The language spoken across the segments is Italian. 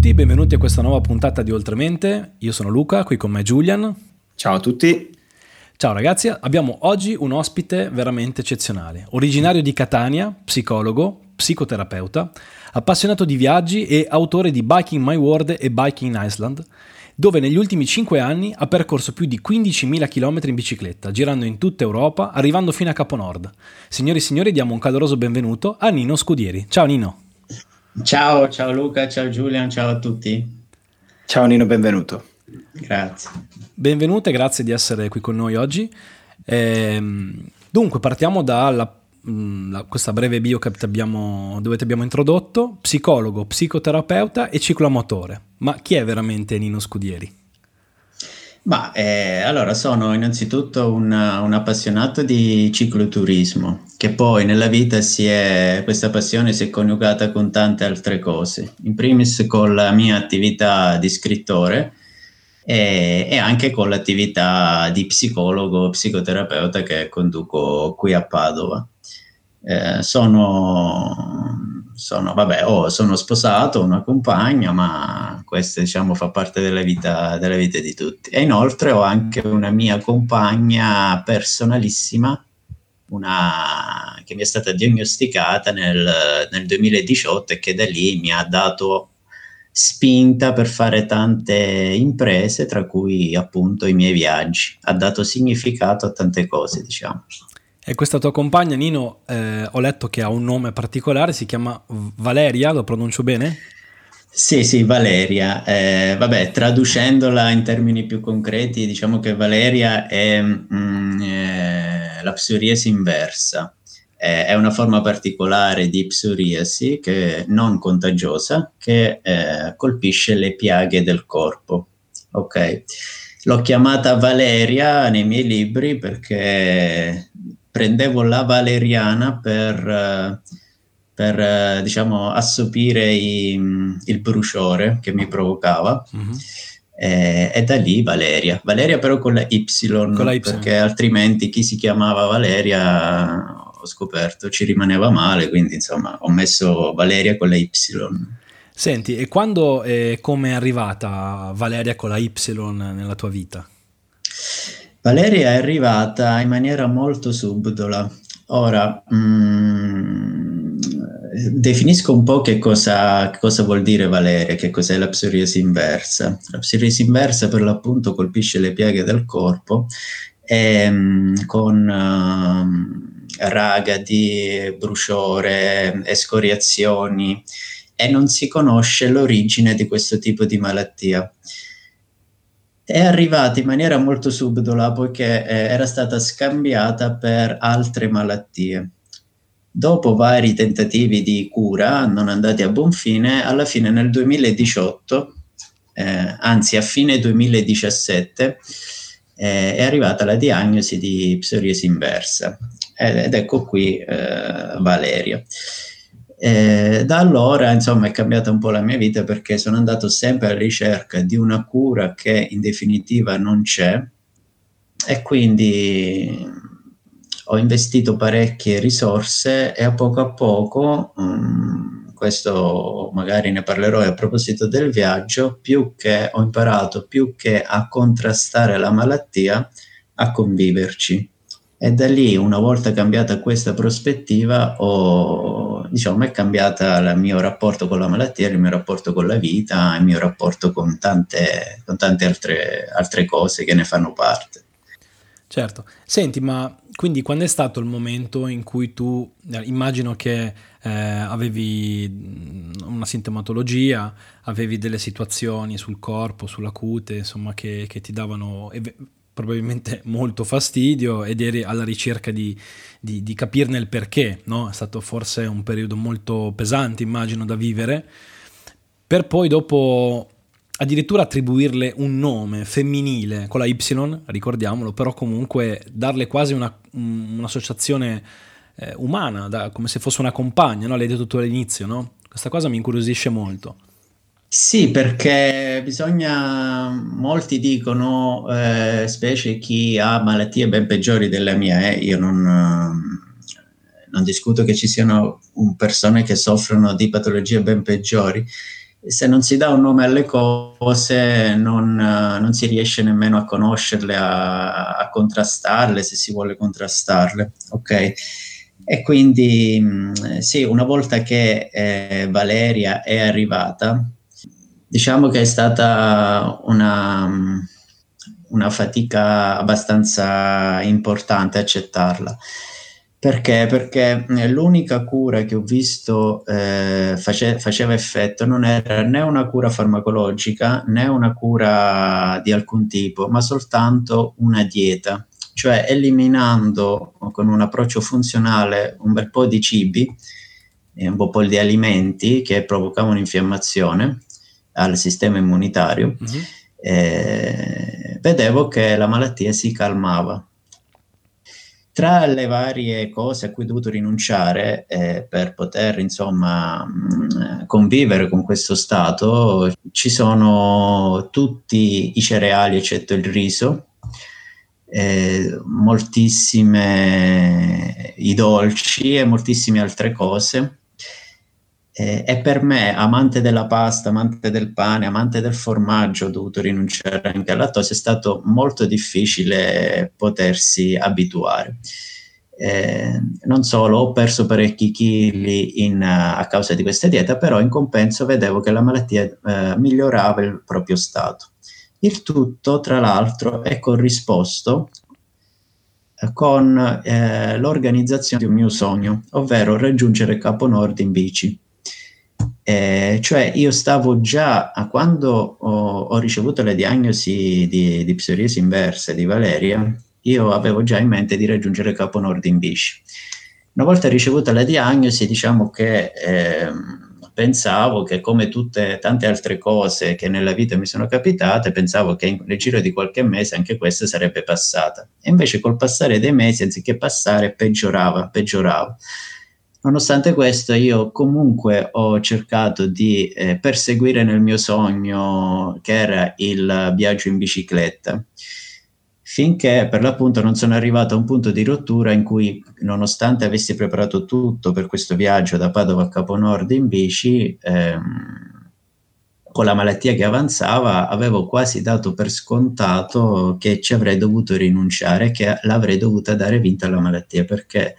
tutti, benvenuti a questa nuova puntata di Oltremente. Io sono Luca, qui con me Julian. Ciao a tutti. Ciao ragazzi, abbiamo oggi un ospite veramente eccezionale. Originario di Catania, psicologo, psicoterapeuta, appassionato di viaggi e autore di Biking My World e Biking in Iceland, dove negli ultimi 5 anni ha percorso più di 15.000 km in bicicletta, girando in tutta Europa, arrivando fino a Capo Nord. Signori e signori, diamo un caloroso benvenuto a Nino Scudieri. Ciao Nino. Ciao Luca, ciao Julian, ciao a tutti. Ciao Nino, benvenuto. Grazie. Benvenuto e grazie di essere qui con noi oggi. Dunque partiamo da questa breve bio che dove ti abbiamo introdotto: psicologo, psicoterapeuta e ciclomotore. Ma chi è veramente Nino Scudieri? Allora sono innanzitutto un appassionato di cicloturismo, che poi nella vita questa passione si è coniugata con tante altre cose, in primis con la mia attività di scrittore e anche con l'attività di psicologo, psicoterapeuta che conduco qui a Padova. Sono sposato, ho una compagna, ma questo fa parte della vita di tutti. E inoltre ho anche una mia compagna personalissima, che mi è stata diagnosticata nel 2018 e che da lì mi ha dato spinta per fare tante imprese, tra cui appunto i miei viaggi. Ha dato significato a tante cose, diciamo. E questa tua compagna, Nino, ho letto che ha un nome particolare, si chiama Valeria, lo pronuncio bene? Sì, Valeria. Traducendola in termini più concreti, diciamo che Valeria è la psoriasi inversa. È una forma particolare di psoriasi che non contagiosa, che colpisce le piaghe del corpo. Ok. L'ho chiamata Valeria nei miei libri perché prendevo la valeriana per assopire il bruciore che mi provocava. Mm-hmm. E da lì Valeria però con la Y, perché altrimenti chi si chiamava Valeria, ho scoperto, ci rimaneva male, quindi insomma ho messo Valeria con la Y. Senti, e quando e come è arrivata Valeria con la Y nella tua vita? Valeria è arrivata in maniera molto subdola. Ora, definisco un po' che cosa vuol dire Valeria, che cos'è la psoriasi inversa. La psoriasi inversa per l'appunto colpisce le piaghe del corpo con ragadi, bruciore, escoriazioni, e non si conosce l'origine di questo tipo di malattia. È arrivata in maniera molto subdola poiché era stata scambiata per altre malattie. Dopo vari tentativi di cura non andati a buon fine, alla fine nel 2018, anzi a fine 2017, è arrivata la diagnosi di psoriasi inversa. Ed ecco qui Valeria. Da allora insomma è cambiata un po' la mia vita, perché sono andato sempre alla ricerca di una cura che in definitiva non c'è, e quindi ho investito parecchie risorse e a poco, questo magari ne parlerò a proposito del viaggio, ho imparato più che a contrastare la malattia, a conviverci. E da lì, una volta cambiata questa prospettiva, è cambiata il mio rapporto con la malattia, il mio rapporto con la vita, il mio rapporto con tante altre cose che ne fanno parte. Certo. Senti, ma quindi quando è stato il momento in cui tu, immagino che avevi una sintomatologia, avevi delle situazioni sul corpo, sulla cute, insomma, che ti davano probabilmente molto fastidio, ed eri alla ricerca di capirne il perché, no? È stato forse un periodo molto pesante, immagino, da vivere, per poi dopo addirittura attribuirle un nome femminile con la Y, ricordiamolo, però comunque darle quasi un'associazione umana, come se fosse una compagna, no? L'hai detto tu all'inizio, no? Questa cosa mi incuriosisce molto. Sì, perché molti dicono, specie chi ha malattie ben peggiori della mia, io non discuto che ci siano persone che soffrono di patologie ben peggiori, se non si dà un nome alle cose non si riesce nemmeno a conoscerle, a contrastarle, se si vuole contrastarle, ok? E quindi sì, una volta che Valeria è arrivata, diciamo che è stata una fatica abbastanza importante accettarla. Perché? Perché l'unica cura che ho visto faceva effetto non era né una cura farmacologica né una cura di alcun tipo, ma soltanto una dieta, cioè eliminando con un approccio funzionale un bel po' di cibi e un po' di alimenti che provocavano infiammazione al sistema immunitario. Vedevo che la malattia si calmava. Tra le varie cose a cui ho dovuto rinunciare per poter, insomma, convivere con questo stato, ci sono tutti i cereali eccetto il riso, moltissime i dolci e moltissime altre cose. E per me, amante della pasta, amante del pane, amante del formaggio, ho dovuto rinunciare anche al lattosio, è stato molto difficile potersi abituare. Non solo ho perso parecchi chili a causa di questa dieta, però in compenso vedevo che la malattia migliorava il proprio stato. Il tutto, tra l'altro, è corrisposto con l'organizzazione di un mio sogno, ovvero raggiungere Capo Nord in bici. Cioè io stavo già, quando ho ricevuto le diagnosi di psoriasi inversa di Valeria, io avevo già in mente di raggiungere Capo Nord in bici. Una volta ricevuta la diagnosi, diciamo che pensavo che, come tante altre cose che nella vita mi sono capitate, pensavo che nel giro di qualche mese anche questa sarebbe passata. E invece col passare dei mesi, anziché passare, peggiorava. Nonostante questo, io comunque ho cercato di perseguire nel mio sogno, che era il viaggio in bicicletta, finché per l'appunto non sono arrivato a un punto di rottura in cui, nonostante avessi preparato tutto per questo viaggio da Padova a Capo Nord in bici, con la malattia che avanzava, avevo quasi dato per scontato che ci avrei dovuto rinunciare, che l'avrei dovuta dare vinta alla malattia, perché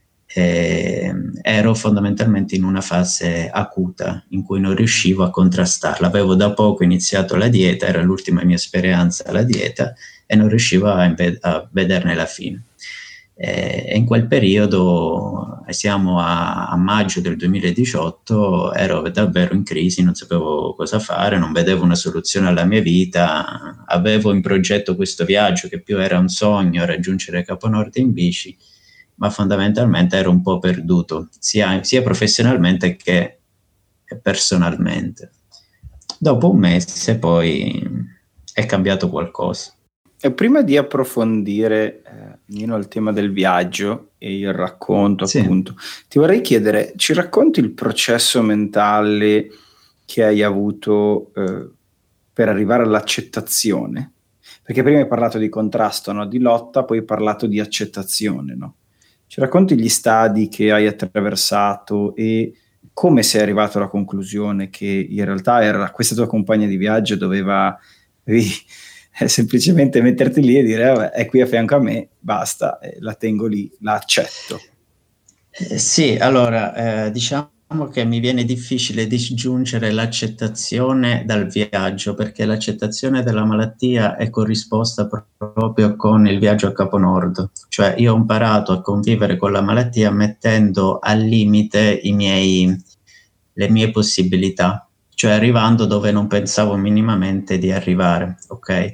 ero fondamentalmente in una fase acuta in cui non riuscivo a contrastarla. Avevo da poco iniziato la dieta, era l'ultima mia esperienza alla dieta e non riuscivo a vederne la fine. E in quel periodo, siamo a maggio del 2018, ero davvero in crisi, non sapevo cosa fare, non vedevo una soluzione alla mia vita, avevo in progetto questo viaggio che più era un sogno, raggiungere Capo Nord in bici, ma fondamentalmente ero un po' perduto, sia professionalmente che personalmente. Dopo un mese poi è cambiato qualcosa. E prima di approfondire Nino, il tema del viaggio e il racconto, sì, appunto, ti vorrei chiedere, ci racconti il processo mentale che hai avuto per arrivare all'accettazione? Perché prima hai parlato di contrasto, no? Di lotta, poi hai parlato di accettazione, no? Ci racconti gli stadi che hai attraversato e come sei arrivato alla conclusione che in realtà era questa tua compagna di viaggio, doveva semplicemente metterti lì e dire vabbè, è qui a fianco a me, basta, la tengo lì, la accetto. Sì, allora diciamo che mi viene difficile disgiungere l'accettazione dal viaggio, perché l'accettazione della malattia è corrisposta proprio con il viaggio a Capo Nord. Cioè io ho imparato a convivere con la malattia mettendo al limite le mie possibilità, cioè arrivando dove non pensavo minimamente di arrivare, ok?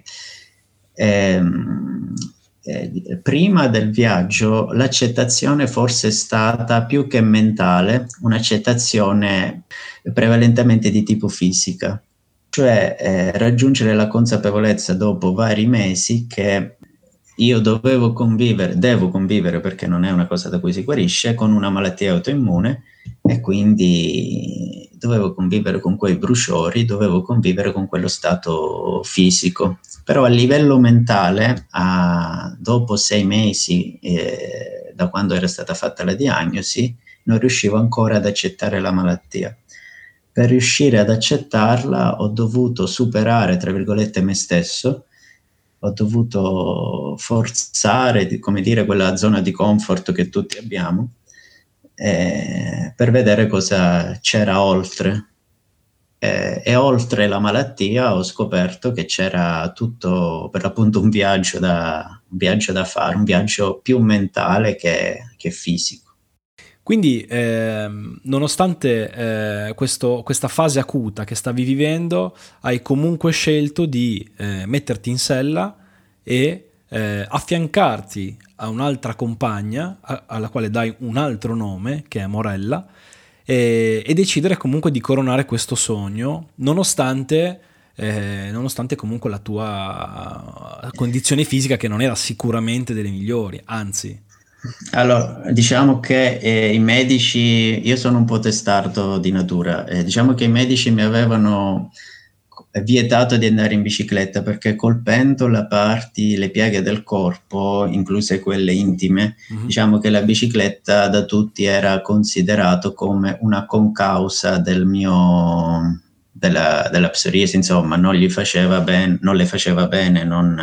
Prima del viaggio l'accettazione forse è stata più che mentale, un'accettazione prevalentemente di tipo fisica, cioè raggiungere la consapevolezza dopo vari mesi che io devo convivere perché non è una cosa da cui si guarisce, con una malattia autoimmune, e quindi dovevo convivere con quei bruciori, dovevo convivere con quello stato fisico. Però a livello mentale, dopo 6 mesi da quando era stata fatta la diagnosi, non riuscivo ancora ad accettare la malattia, per riuscire ad accettarla ho dovuto superare, tra virgolette, me stesso, ho dovuto forzare, come dire, quella zona di comfort che tutti abbiamo, per vedere cosa c'era oltre. E oltre la malattia ho scoperto che c'era tutto, per l'appunto, un viaggio da fare, un viaggio più mentale che fisico. Quindi, nonostante questa fase acuta che stavi vivendo, hai comunque scelto di metterti in sella e affiancarti a un'altra compagna, alla quale dai un altro nome, che è Morella, e decidere comunque di coronare questo sogno, nonostante comunque la tua condizione fisica, che non era sicuramente delle migliori, anzi. Allora, diciamo che i medici, io sono un po' testardo di natura, diciamo che i medici mi avevano vietato di andare in bicicletta perché colpendo le pieghe del corpo, incluse quelle intime, diciamo che la bicicletta da tutti era considerato come una concausa della psoriasi, insomma, non le faceva bene,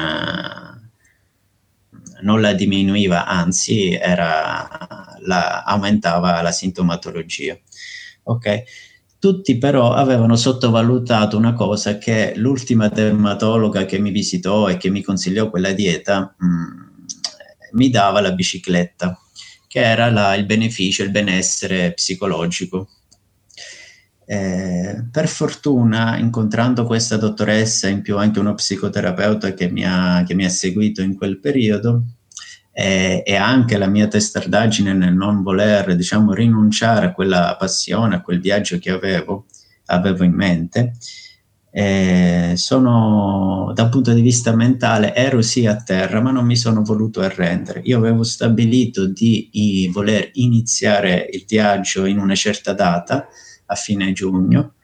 non la diminuiva, anzi aumentava la sintomatologia. Ok? Tutti però avevano sottovalutato una cosa, che l'ultima dermatologa che mi visitò e che mi consigliò quella dieta mi dava la bicicletta, che era il beneficio, il benessere psicologico. Per fortuna, incontrando questa dottoressa, in più anche uno psicoterapeuta che mi ha seguito in quel periodo, e anche la mia testardaggine nel non voler, diciamo, rinunciare a quella passione, a quel viaggio che avevo in mente, da un punto di vista mentale ero sì a terra, ma non mi sono voluto arrendere. Io avevo stabilito di voler iniziare il viaggio in una certa data, a fine giugno,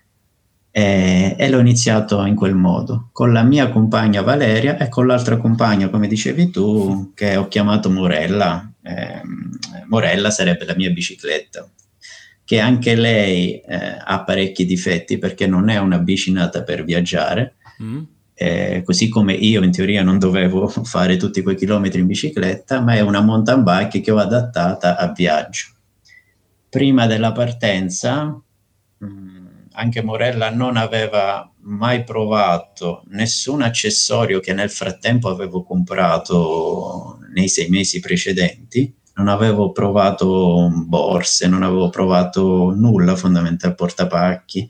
e l'ho iniziato in quel modo, con la mia compagna Valeria e con l'altra compagna, come dicevi tu, che ho chiamato Morella. Morella sarebbe la mia bicicletta, che anche lei ha parecchi difetti, perché non è una bici nata per viaggiare, così come io in teoria non dovevo fare tutti quei chilometri in bicicletta, ma è una mountain bike che ho adattata a viaggio. Prima della partenza anche Morella non aveva mai provato nessun accessorio che nel frattempo avevo comprato nei 6 mesi precedenti. Non avevo provato borse, non avevo provato nulla, fondamentalmente portapacchi.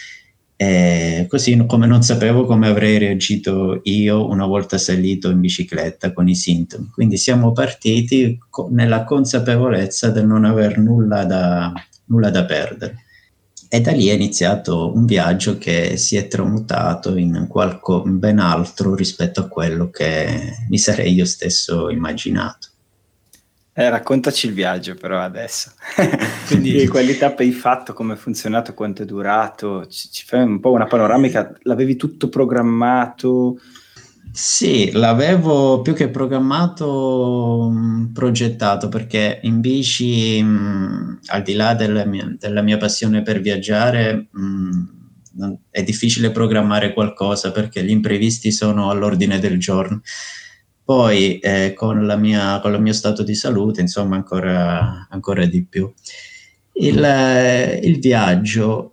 Così come non sapevo come avrei reagito io una volta salito in bicicletta con i sintomi. Quindi siamo partiti nella consapevolezza del non aver nulla da perdere. E da lì è iniziato un viaggio che si è tramutato in ben altro rispetto a quello che mi sarei io stesso immaginato. Raccontaci il viaggio però adesso. Quindi quelle tappe hai fatto, come è funzionato, quanto è durato, ci fai un po' una panoramica, l'avevi tutto programmato? Sì, l'avevo più che programmato, progettato, perché in bici, al di là della mia passione per viaggiare, è difficile programmare qualcosa perché gli imprevisti sono all'ordine del giorno. Poi con il mio stato di salute, insomma, ancora di più. Il viaggio,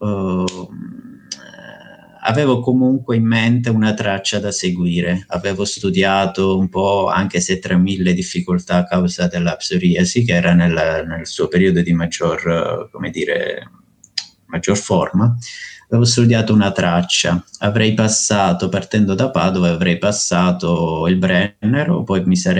avevo comunque in mente una traccia da seguire. Avevo studiato un po', anche se tra mille difficoltà a causa della psoriasi, che era nel suo periodo di maggior forma. Avevo studiato una traccia. Partendo da Padova, avrei passato il Brennero, poi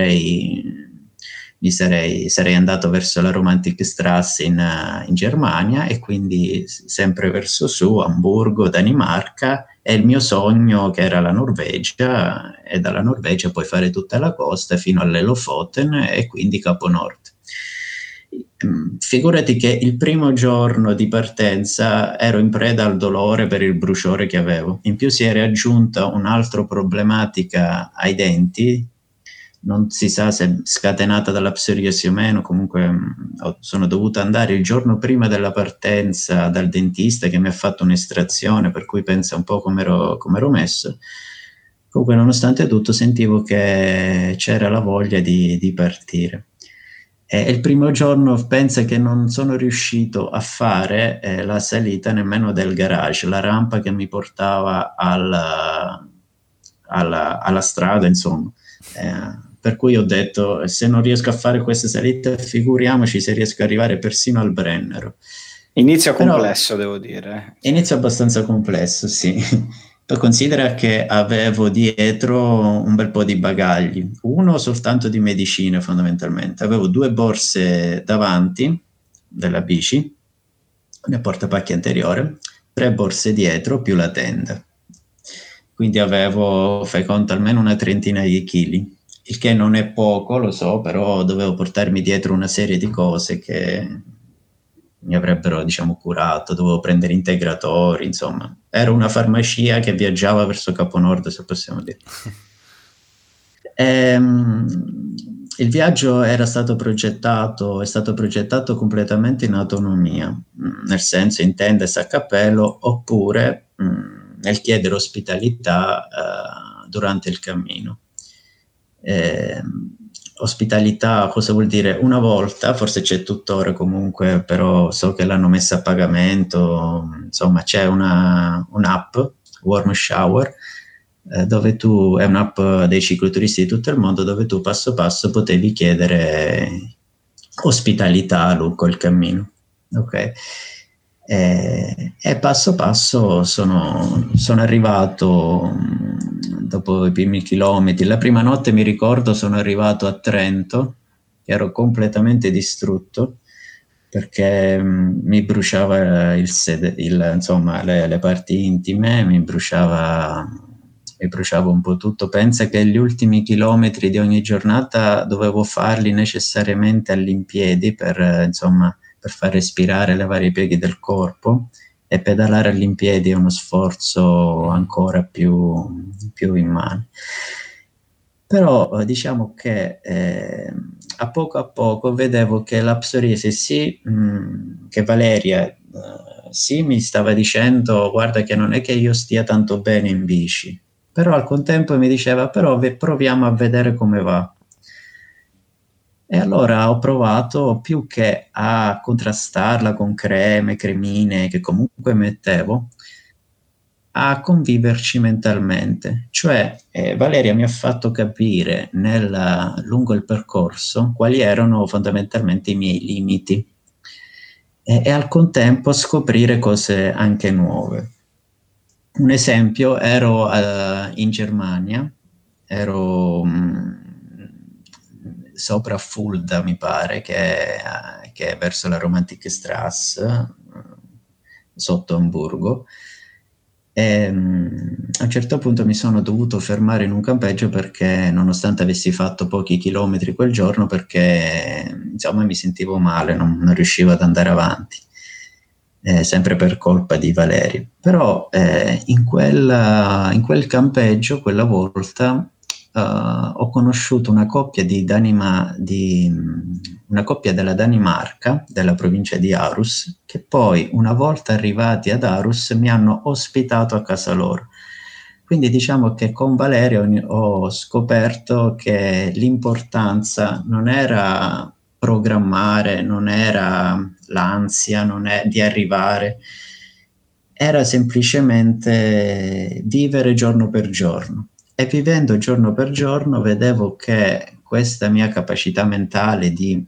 sarei andato verso la Romantikstraße in Germania, e quindi sempre verso su, Amburgo, Danimarca, e il mio sogno, che era la Norvegia, e dalla Norvegia poi fare tutta la costa fino alle Lofoten e quindi Capo Nord. Figurati che il primo giorno di partenza ero in preda al dolore per il bruciore che avevo. In più si era aggiunta un'altra problematica ai denti, non si sa se scatenata dalla psoriasi o meno. Comunque sono dovuto andare il giorno prima della partenza dal dentista che mi ha fatto un'estrazione, per cui pensa un po' come ero messo. Comunque, nonostante tutto, sentivo che c'era la voglia di partire. E il primo giorno pensa che non sono riuscito a fare la salita nemmeno del garage, la rampa che mi portava alla strada, insomma. Per cui ho detto, se non riesco a fare questa salita, figuriamoci se riesco ad arrivare persino al Brennero. Inizio complesso, devo dire. Inizio abbastanza complesso, sì. Considera che avevo dietro un bel po' di bagagli, uno soltanto di medicine fondamentalmente. Avevo 2 borse davanti della bici, una portapacchi anteriore, 3 borse dietro più la tenda. Quindi avevo, fai conto, almeno una trentina di chili, il che non è poco, lo so, però dovevo portarmi dietro una serie di cose che mi avrebbero, diciamo, curato. Dovevo prendere integratori, insomma. Era una farmacia che viaggiava verso Capo Nord, se possiamo dire. Il viaggio è stato progettato completamente in autonomia, nel senso in tendes a cappello, oppure nel chiedere ospitalità durante il cammino. Ospitalità cosa vuol dire? Una volta, forse c'è tuttora comunque, però so che l'hanno messa a pagamento, insomma c'è un'app, Warm Shower, dove tu, è un'app dei cicloturisti di tutto il mondo, dove tu passo passo potevi chiedere ospitalità lungo il cammino, ok? E passo passo sono arrivato, dopo i primi chilometri, la prima notte mi ricordo sono arrivato a Trento, ero completamente distrutto perché mi bruciava insomma le parti intime, mi bruciava un po' tutto. Pensa che gli ultimi chilometri di ogni giornata dovevo farli necessariamente all'impiedi per far respirare le varie pieghe del corpo, e pedalare all'impiedi è uno sforzo ancora più immane. Però diciamo che a poco vedevo che la psoriasi che Valeria mi stava dicendo, guarda che non è che io stia tanto bene in bici, però al contempo mi diceva, però proviamo a vedere come va. E allora ho provato, più che a contrastarla con cremine che comunque mettevo, a conviverci mentalmente. Cioè Valeria mi ha fatto capire lungo il percorso quali erano fondamentalmente i miei limiti e al contempo scoprire cose anche nuove. Un esempio, ero in Germania, ero sopra Fulda, mi pare, che è verso la Romantic Straße, sotto Amburgo, e a un certo punto mi sono dovuto fermare in un campeggio perché, nonostante avessi fatto pochi chilometri quel giorno, perché insomma mi sentivo male, non riuscivo ad andare avanti, sempre per colpa di Valerio. Però in quel campeggio, quella volta, ho conosciuto una coppia una coppia della Danimarca, della provincia di Aarhus, che poi, una volta arrivati ad Aarhus, mi hanno ospitato a casa loro. Quindi diciamo che con Valerio ho scoperto che l'importanza non era programmare, non era l'ansia, di arrivare, era semplicemente vivere giorno per giorno. E vivendo giorno per giorno vedevo che questa mia capacità mentale di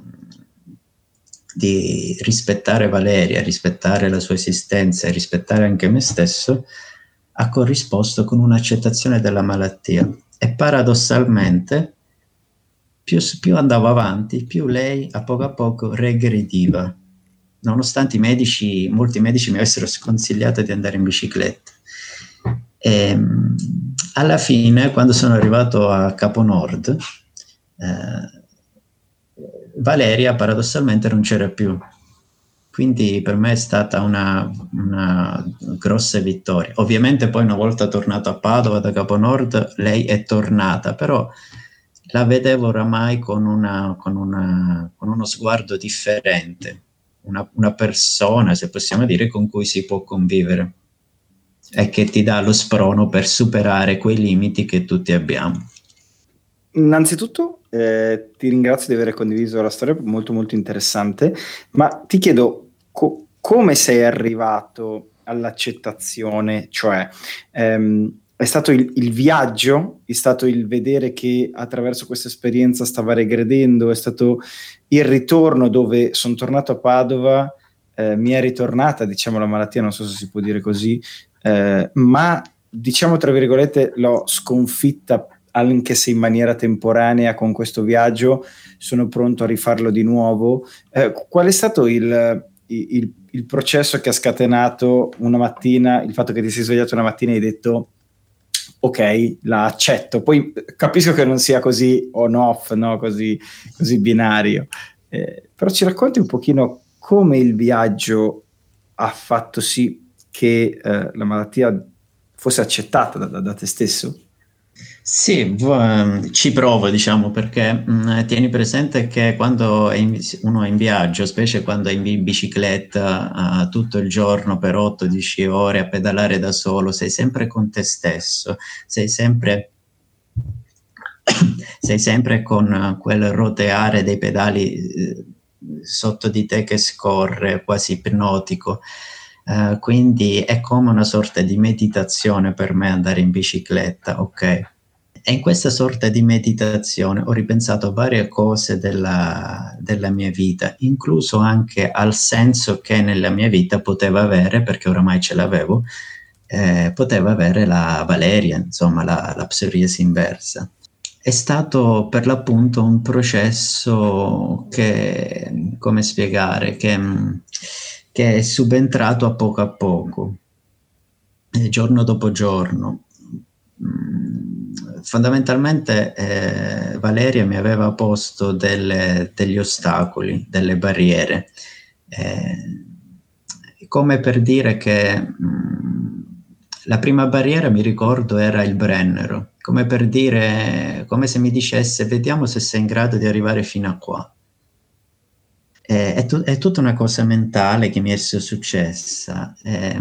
rispettare Valeria, rispettare la sua esistenza e rispettare anche me stesso, ha corrisposto con un'accettazione della malattia. E paradossalmente, più andavo avanti, più lei a poco regrediva, nonostante molti medici mi avessero sconsigliato di andare in bicicletta. E alla fine, quando sono arrivato a Capo Nord, Valeria paradossalmente non c'era più. Quindi per me è stata una grossa vittoria. Ovviamente poi, una volta tornato a Padova da Capo Nord, lei è tornata, però la vedevo oramai con uno sguardo differente, una persona, se possiamo dire, con cui si può convivere e che ti dà lo sprono per superare quei limiti che tutti abbiamo. Innanzitutto ti ringrazio di aver condiviso la storia, molto molto interessante, ma ti chiedo come sei arrivato all'accettazione, cioè è stato il viaggio, è stato il vedere che attraverso questa esperienza stava regredendo, è stato il ritorno dove sono tornato a Padova, mi è ritornata, diciamo, la malattia, non so se si può dire così, ma diciamo tra virgolette l'ho sconfitta anche se in maniera temporanea con questo viaggio, sono pronto a rifarlo di nuovo. Qual è stato il processo che ha scatenato una mattina, il fatto che ti sei svegliato una mattina e hai detto ok, la accetto, poi capisco che non sia così on-off, no? così binario, però ci racconti un pochino come il viaggio ha fatto sì che la malattia fosse accettata da te stesso? Sì, ci provo, diciamo, perché tieni presente che quando uno è in viaggio, specie quando è in bicicletta tutto il giorno per 8-10 ore a pedalare da solo, sei sempre con te stesso, sei sempre con quel roteare dei pedali sotto di te che scorre, quasi ipnotico. Quindi è come una sorta di meditazione per me andare in bicicletta, ok? E in questa sorta di meditazione ho ripensato a varie cose della mia vita, incluso anche al senso che nella mia vita poteva avere, perché oramai ce l'avevo, poteva avere la Valeria, insomma la psoriasi inversa. È stato per l'appunto un processo che, come spiegare, che è subentrato a poco, giorno dopo giorno. Fondamentalmente Valeria mi aveva posto degli ostacoli, delle barriere, come per dire che la prima barriera, mi ricordo, era il Brennero, come per dire, come se mi dicesse vediamo se sei in grado di arrivare fino a qua. È tutta una cosa mentale che mi è successa.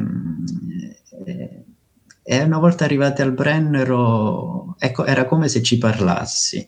E una volta arrivati al Brennero, ecco, era come se ci parlassi.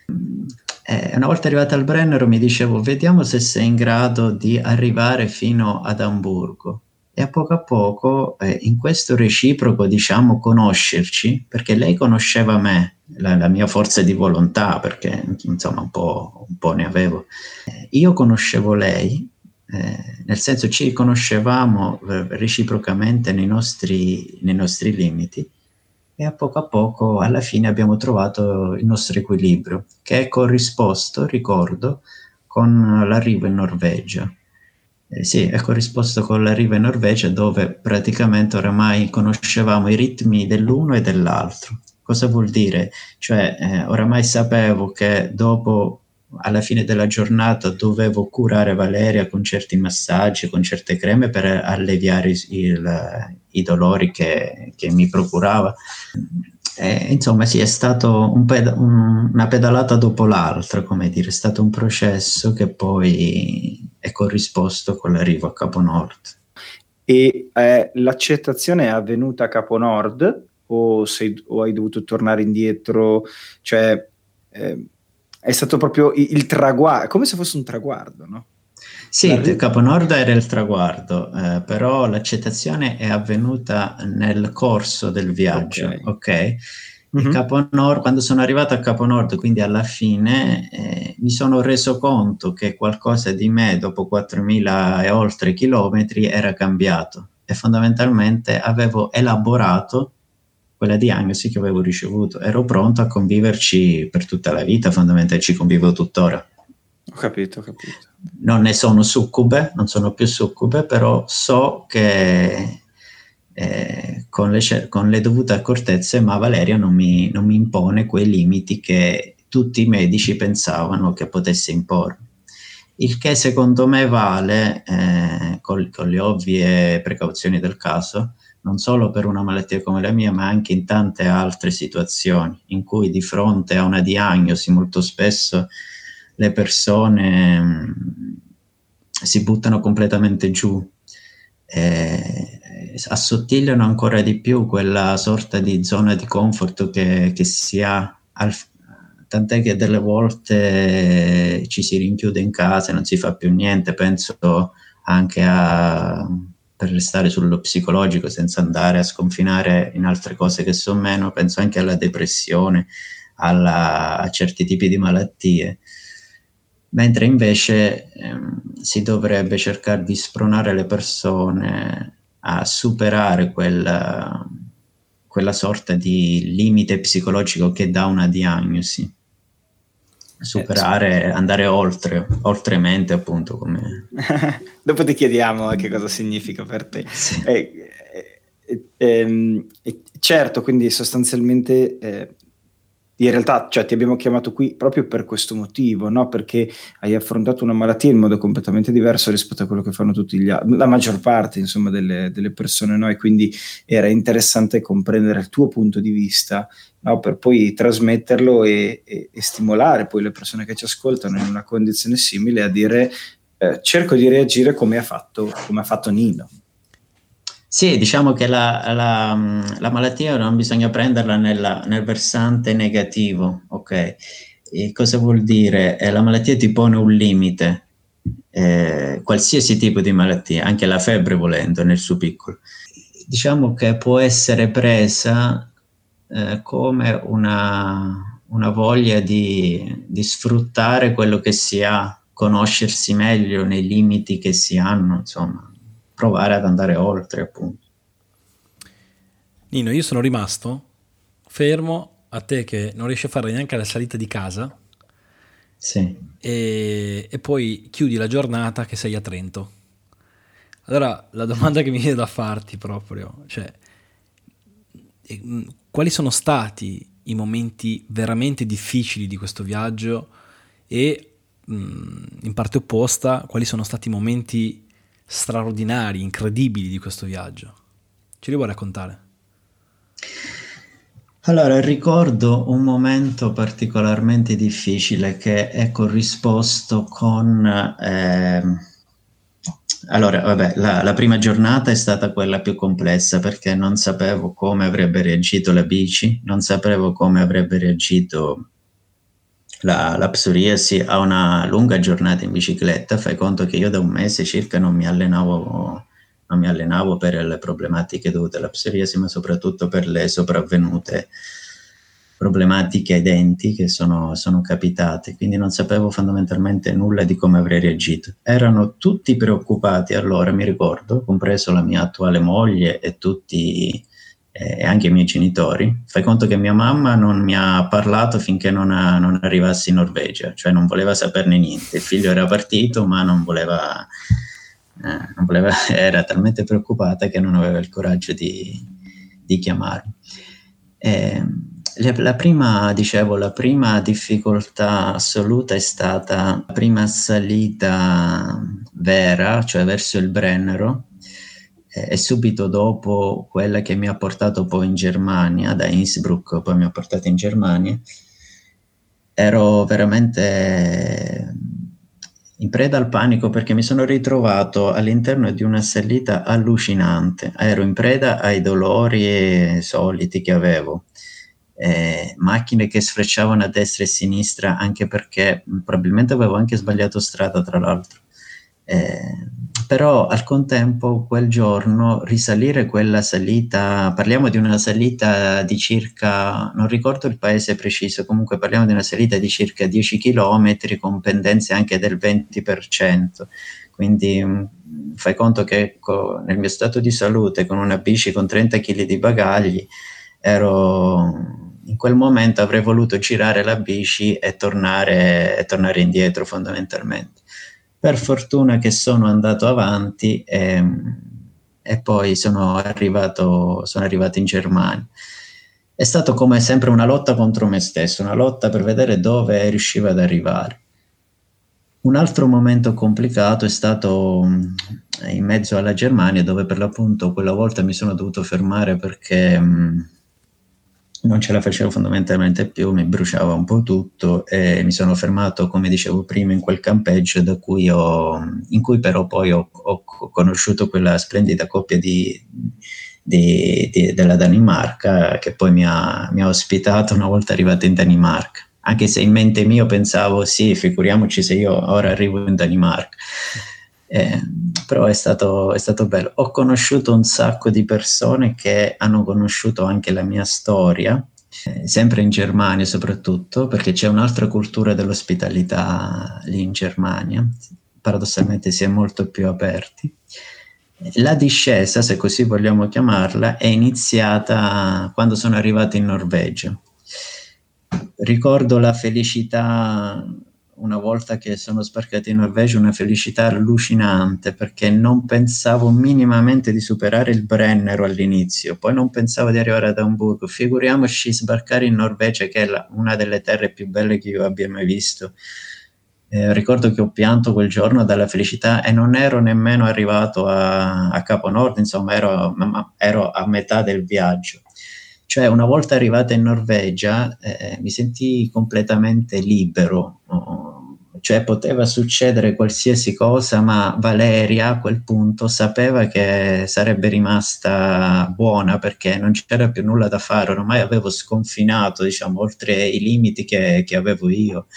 Una volta arrivati al Brennero mi dicevo, vediamo se sei in grado di arrivare fino ad Amburgo. E a poco, in questo reciproco, diciamo, conoscerci, perché lei conosceva me, la mia forza di volontà, perché insomma un po' ne avevo. Io conoscevo lei, nel senso ci conoscevamo reciprocamente nei nostri limiti, e a poco alla fine abbiamo trovato il nostro equilibrio, che è corrisposto, ricordo, con l'arrivo in Norvegia. Sì, è corrisposto con l'arrivo in Norvegia, dove praticamente oramai conoscevamo i ritmi dell'uno e dell'altro. Cosa vuol dire? Cioè, oramai sapevo che dopo, alla fine della giornata, dovevo curare Valeria con certi massaggi, con certe creme per alleviare i dolori che mi procurava. Insomma, sì, è stato una pedalata dopo l'altra, come dire, è stato un processo che poi è corrisposto con l'arrivo a Capo Nord. E l'accettazione è avvenuta a Capo Nord o hai dovuto tornare indietro? Cioè, è stato proprio il traguardo, come se fosse un traguardo, no? Sì, Capo Nord era il traguardo, però l'accettazione è avvenuta nel corso del viaggio, ok? Mm-hmm. Capo Nord, quando sono arrivato a Capo Nord, quindi alla fine, mi sono reso conto che qualcosa di me, dopo 4.000 e oltre chilometri, era cambiato, e fondamentalmente avevo elaborato quella diagnosi che avevo ricevuto. Ero pronto a conviverci per tutta la vita, fondamentalmente ci convivo tuttora. Ho capito. Non ne sono succube, non sono più succube, però so che con le dovute accortezze, ma Valeria non mi impone quei limiti che tutti i medici pensavano che potesse imporre. Il che secondo me vale, con le ovvie precauzioni del caso, non solo per una malattia come la mia, ma anche in tante altre situazioni in cui di fronte a una diagnosi molto spesso le persone si buttano completamente giù, assottigliano ancora di più quella sorta di zona di comfort che si ha, tant'è che delle volte ci si rinchiude in casa e non si fa più niente. Penso anche per restare sullo psicologico senza andare a sconfinare in altre cose che so meno, penso anche alla depressione, a certi tipi di malattie, mentre invece si dovrebbe cercare di spronare le persone a superare quella sorta di limite psicologico che dà una diagnosi, superare, andare oltre mente, appunto, come... Dopo ti chiediamo che cosa significa per te. Sì. Certo, quindi sostanzialmente in realtà, cioè, ti abbiamo chiamato qui proprio per questo motivo, no? Perché hai affrontato una malattia in modo completamente diverso rispetto a quello che fanno tutti la maggior parte, insomma, delle persone, no? E quindi era interessante comprendere il tuo punto di vista, no? Per poi trasmetterlo e stimolare poi le persone che ci ascoltano in una condizione simile a dire cerco di reagire come ha fatto Nino. Sì, diciamo che la malattia non bisogna prenderla nel versante negativo, ok? E cosa vuol dire? La malattia ti pone un limite, qualsiasi tipo di malattia, anche la febbre volendo nel suo piccolo. Diciamo che può essere presa come una voglia di sfruttare quello che si ha, conoscersi meglio nei limiti che si hanno, insomma, provare ad andare oltre, appunto. Nino, io sono rimasto fermo a te che non riesci a fare neanche la salita di casa. Sì. E poi chiudi la giornata che sei a Trento. Allora la domanda che mi viene da farti proprio, cioè, quali sono stati i momenti veramente difficili di questo viaggio e in parte opposta, quali sono stati i momenti straordinari, incredibili di questo viaggio? Ce li vuoi raccontare? Allora, ricordo un momento particolarmente difficile che è corrisposto con... allora, vabbè, la prima giornata è stata quella più complessa perché non sapevo come avrebbe reagito la bici, non sapevo come avrebbe reagito la psoriasi a una lunga giornata in bicicletta. Fai conto che io da un mese circa non mi allenavo per le problematiche dovute alla psoriasi, ma soprattutto per le sopravvenute problematiche ai denti che sono capitate, quindi non sapevo fondamentalmente nulla di come avrei reagito. Erano tutti preoccupati allora, mi ricordo, compreso la mia attuale moglie e tutti... e anche i miei genitori. Fai conto che mia mamma non mi ha parlato finché non arrivassi in Norvegia, cioè non voleva saperne niente. Il figlio era partito, ma non voleva, era talmente preoccupata che non aveva il coraggio di chiamarmi. La prima difficoltà assoluta è stata la prima salita vera, cioè verso il Brennero, e subito dopo quella che mi ha portato poi in Germania, da Innsbruck poi mi ha portato in Germania. Ero veramente in preda al panico perché mi sono ritrovato all'interno di una salita allucinante, ero in preda ai dolori soliti che avevo, macchine che sfrecciavano a destra e a sinistra, anche perché probabilmente avevo anche sbagliato strada, tra l'altro. Però al contempo quel giorno risalire quella salita, parliamo di una salita di circa, non ricordo il paese preciso, comunque parliamo di una salita di circa 10 km con pendenze anche del 20%, quindi fai conto che nel mio stato di salute con una bici con 30 kg di bagagli in quel momento avrei voluto girare la bici e tornare indietro fondamentalmente. Per fortuna che sono andato avanti e poi sono arrivato in Germania. È stato come sempre una lotta contro me stesso, una lotta per vedere dove riuscivo ad arrivare. Un altro momento complicato è stato in mezzo alla Germania, dove per l'appunto quella volta mi sono dovuto fermare perché non ce la facevo fondamentalmente più, mi bruciava un po' tutto e mi sono fermato, come dicevo prima, in quel campeggio in cui però poi ho conosciuto quella splendida coppia della Danimarca, che poi mi ha ospitato una volta arrivato in Danimarca. Anche se in mente mio pensavo, sì, figuriamoci se io ora arrivo in Danimarca. Però è stato bello. Ho conosciuto un sacco di persone che hanno conosciuto anche la mia storia, sempre in Germania soprattutto, perché c'è un'altra cultura dell'ospitalità lì in Germania. Paradossalmente si è molto più aperti. La discesa, se così vogliamo chiamarla, è iniziata quando sono arrivato in Norvegia. Ricordo la felicità, una volta che sono sbarcato in Norvegia, una felicità allucinante, perché non pensavo minimamente di superare il Brennero all'inizio, poi non pensavo di arrivare ad Amburgo, figuriamoci sbarcare in Norvegia, che è una delle terre più belle che io abbia mai visto. Ricordo che ho pianto quel giorno dalla felicità e non ero nemmeno arrivato a Capo Nord, insomma ero a metà del viaggio. Cioè, una volta arrivata in Norvegia mi sentii completamente libero, cioè poteva succedere qualsiasi cosa, ma Valeria a quel punto sapeva che sarebbe rimasta buona perché non c'era più nulla da fare, ormai avevo sconfinato, diciamo, oltre i limiti che avevo io.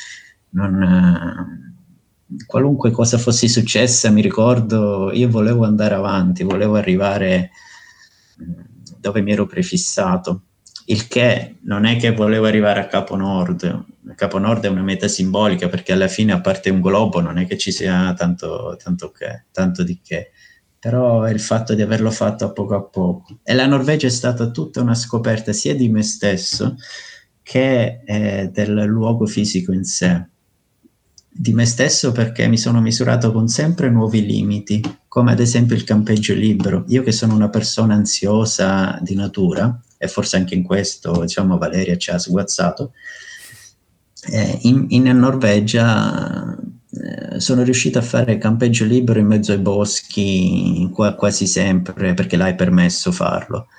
Qualunque cosa fosse successa, mi ricordo, io volevo andare avanti, volevo arrivare dove mi ero prefissato, il che non è che volevo arrivare a Capo Nord. Capo Nord è una meta simbolica perché alla fine, a parte un globo, non è che ci sia tanto di che, però è il fatto di averlo fatto a poco e la Norvegia è stata tutta una scoperta sia di me stesso che del luogo fisico in sé. Di me stesso perché mi sono misurato con sempre nuovi limiti, come ad esempio il campeggio libero. Io che sono una persona ansiosa di natura, e forse anche in questo, diciamo, Valeria ci ha sguazzato, in Norvegia sono riuscito a fare campeggio libero in mezzo ai boschi quasi sempre, perché là è permesso farlo,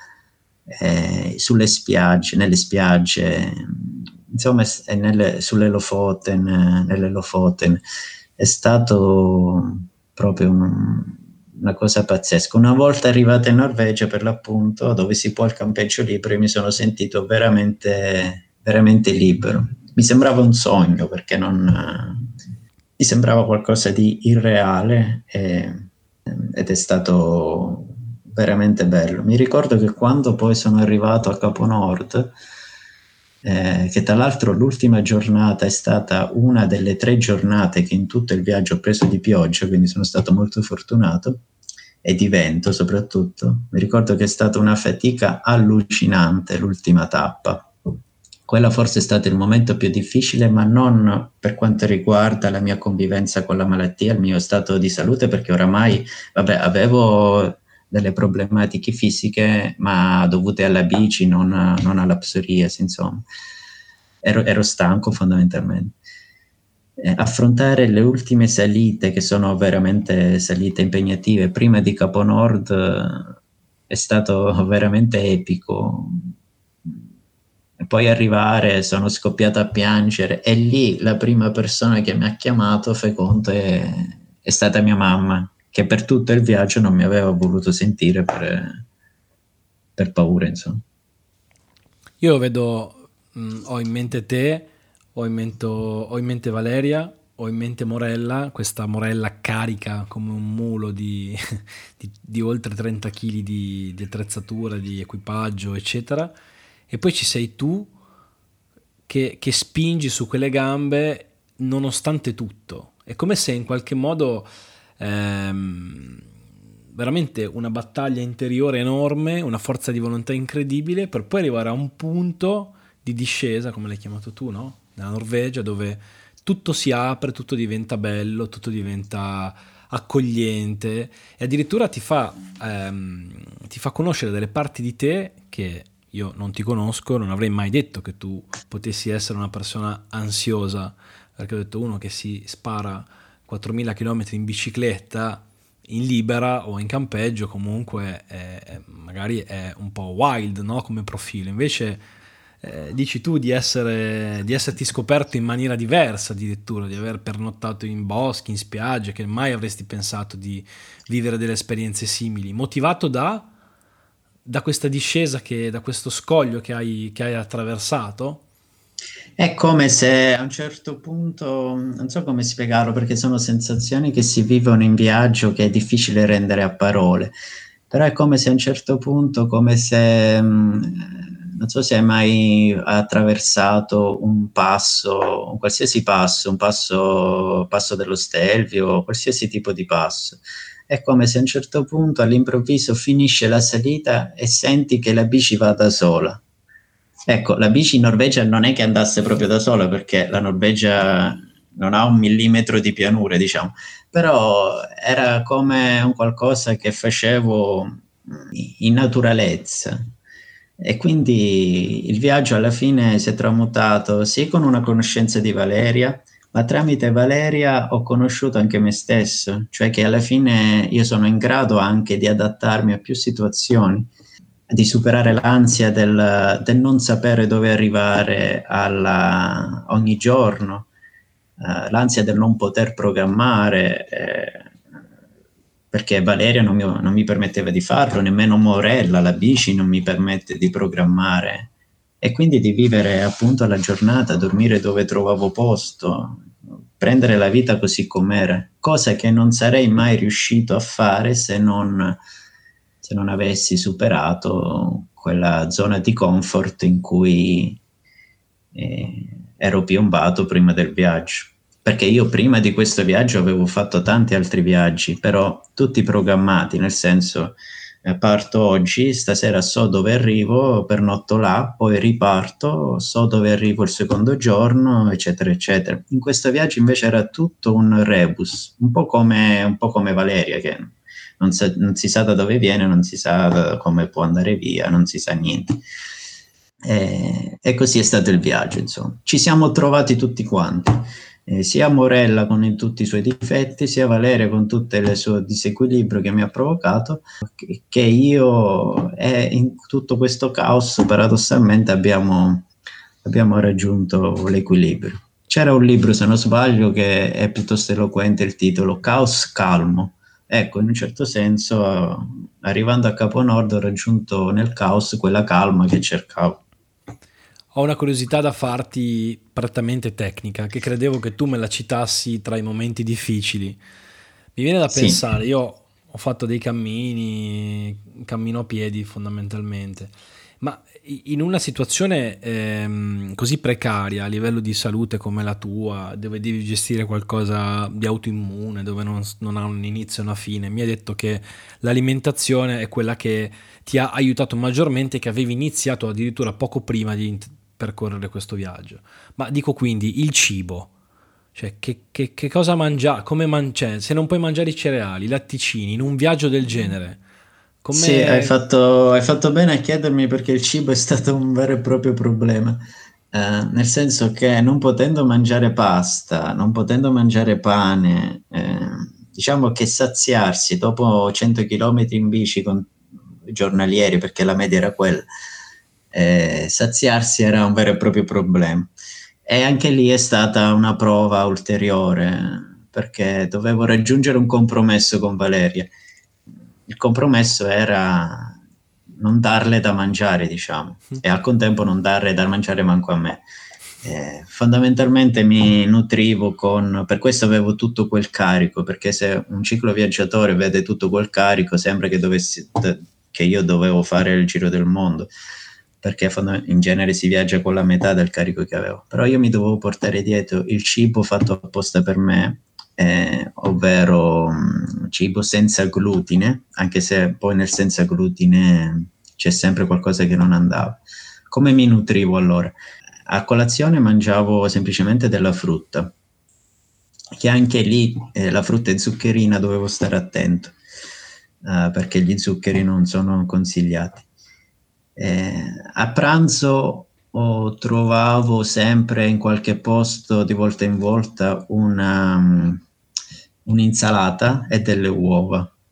sulle spiagge, nelle spiagge, insomma, sulle Lofoten, nelle Lofoten. È stato proprio una cosa pazzesca. Una volta arrivato in Norvegia, per l'appunto, dove si può il campeggio libero, io mi sono sentito veramente, veramente libero. Mi sembrava un sogno, perché mi sembrava qualcosa di irreale ed è stato veramente bello. Mi ricordo che quando poi sono arrivato a Capo Nord, che tra l'altro l'ultima giornata è stata una delle 3 giornate che in tutto il viaggio ho preso di pioggia, quindi sono stato molto fortunato, e di vento soprattutto. Mi ricordo che è stata una fatica allucinante l'ultima tappa. Quella forse è stato il momento più difficile, ma non per quanto riguarda la mia convivenza con la malattia, il mio stato di salute, perché oramai, avevo delle problematiche fisiche, ma dovute alla bici, non alla psoriasi, insomma. Ero stanco fondamentalmente. Affrontare le ultime salite, che sono veramente salite impegnative, prima di Capo Nord, è stato veramente epico. E poi arrivare, sono scoppiato a piangere, e lì la prima persona che mi ha chiamato, fai conto, è stata mia mamma, che per tutto il viaggio non mi aveva voluto sentire per paura, insomma. Io vedo, ho in mente te, ho in mente Valeria, ho in mente Morella, questa Morella carica come un mulo di oltre 30 kg di attrezzatura, di equipaggio, eccetera. E poi ci sei tu che spingi su quelle gambe nonostante tutto. È come se in qualche modo veramente una battaglia interiore enorme, una forza di volontà incredibile, per poi arrivare a un punto di discesa, come l'hai chiamato tu, no? Nella Norvegia, dove tutto si apre, tutto diventa bello, tutto diventa accogliente, e addirittura ti fa conoscere delle parti di te che io non ti conosco. Non avrei mai detto che tu potessi essere una persona ansiosa, perché ho detto, uno che si spara 4.000 km in bicicletta in libera o in campeggio comunque magari è un po' wild, no? Come profilo. Invece dici tu di esserti scoperto in maniera diversa, addirittura di aver pernottato in boschi, in spiagge, che mai avresti pensato di vivere delle esperienze simili, motivato da questa discesa, da questo scoglio che hai attraversato. È come se a un certo punto, non so come spiegarlo, perché sono sensazioni che si vivono in viaggio che è difficile rendere a parole, però è come se a un certo punto, come se, non so se hai mai attraversato un passo, un qualsiasi passo, passo dello Stelvio, qualsiasi tipo di passo. È come se a un certo punto all'improvviso finisce la salita e senti che la bici va da sola. Ecco, la bici in Norvegia non è che andasse proprio da sola, perché la Norvegia non ha un millimetro di pianure, diciamo, però era come un qualcosa che facevo in naturalezza. E quindi il viaggio alla fine si è tramutato sì con una conoscenza di Valeria, ma tramite Valeria ho conosciuto anche me stesso, cioè che alla fine io sono in grado anche di adattarmi a più situazioni, di superare l'ansia del non sapere dove arrivare ogni giorno, l'ansia del non poter programmare, perché Valeria non mi permetteva di farlo, nemmeno Morella, la bici, non mi permette di programmare, e quindi di vivere appunto la giornata, dormire dove trovavo posto, prendere la vita così com'era, cosa che non sarei mai riuscito a fare se non avessi superato quella zona di comfort in cui ero piombato prima del viaggio. Perché io prima di questo viaggio avevo fatto tanti altri viaggi, però tutti programmati, nel senso parto oggi, stasera so dove arrivo, pernotto là, poi riparto, so dove arrivo il secondo giorno, eccetera, eccetera. In questo viaggio invece era tutto un rebus, un po' come Valeria, che non si sa da dove viene, non si sa come può andare via, non si sa niente. E così è stato il viaggio, insomma. Ci siamo trovati tutti quanti. Sia Morella con tutti i suoi difetti, sia Valeria con tutto il suo disequilibrio che mi ha provocato, che io in tutto questo caos paradossalmente abbiamo raggiunto l'equilibrio. C'era un libro, se non sbaglio, che è piuttosto eloquente, il titolo Caos Calmo. Ecco, in un certo senso, arrivando a Capo Nord ho raggiunto nel caos quella calma che cercavo. Ho una curiosità da farti prettamente tecnica, che credevo che tu me la citassi tra i momenti difficili. Mi viene da pensare, io ho fatto dei cammino a piedi fondamentalmente, ma in una situazione così precaria a livello di salute come la tua, dove devi gestire qualcosa di autoimmune, dove non ha un inizio e una fine, mi hai detto che l'alimentazione è quella che ti ha aiutato maggiormente, che avevi iniziato addirittura poco prima di percorrere questo viaggio. Ma dico, quindi il cibo, cioè che cosa mangiare, cioè, se non puoi mangiare i cereali, i latticini in un viaggio del genere. Sì, hai fatto bene a chiedermi, perché il cibo è stato un vero e proprio problema, nel senso che non potendo mangiare pasta, non potendo mangiare pane, diciamo che saziarsi dopo 100 km in bici giornalieri, perché la media era quella, saziarsi era un vero e proprio problema. E anche lì è stata una prova ulteriore, perché dovevo raggiungere un compromesso con Valeria. Il compromesso era non darle da mangiare, diciamo, e al contempo non darle da mangiare manco a me. Fondamentalmente mi nutrivo per questo avevo tutto quel carico, perché se un cicloviaggiatore vede tutto quel carico sembra che io dovevo fare il giro del mondo, perché in genere si viaggia con la metà del carico che avevo, però io mi dovevo portare dietro il cibo fatto apposta per me, ovvero cibo senza glutine, anche se poi nel senza glutine c'è sempre qualcosa che non andava. Come mi nutrivo allora? A colazione mangiavo semplicemente della frutta, che anche lì la frutta è zuccherina, dovevo stare attento, perché gli zuccheri non sono consigliati. A pranzo trovavo sempre in qualche posto, di volta in volta, un'insalata e delle uova,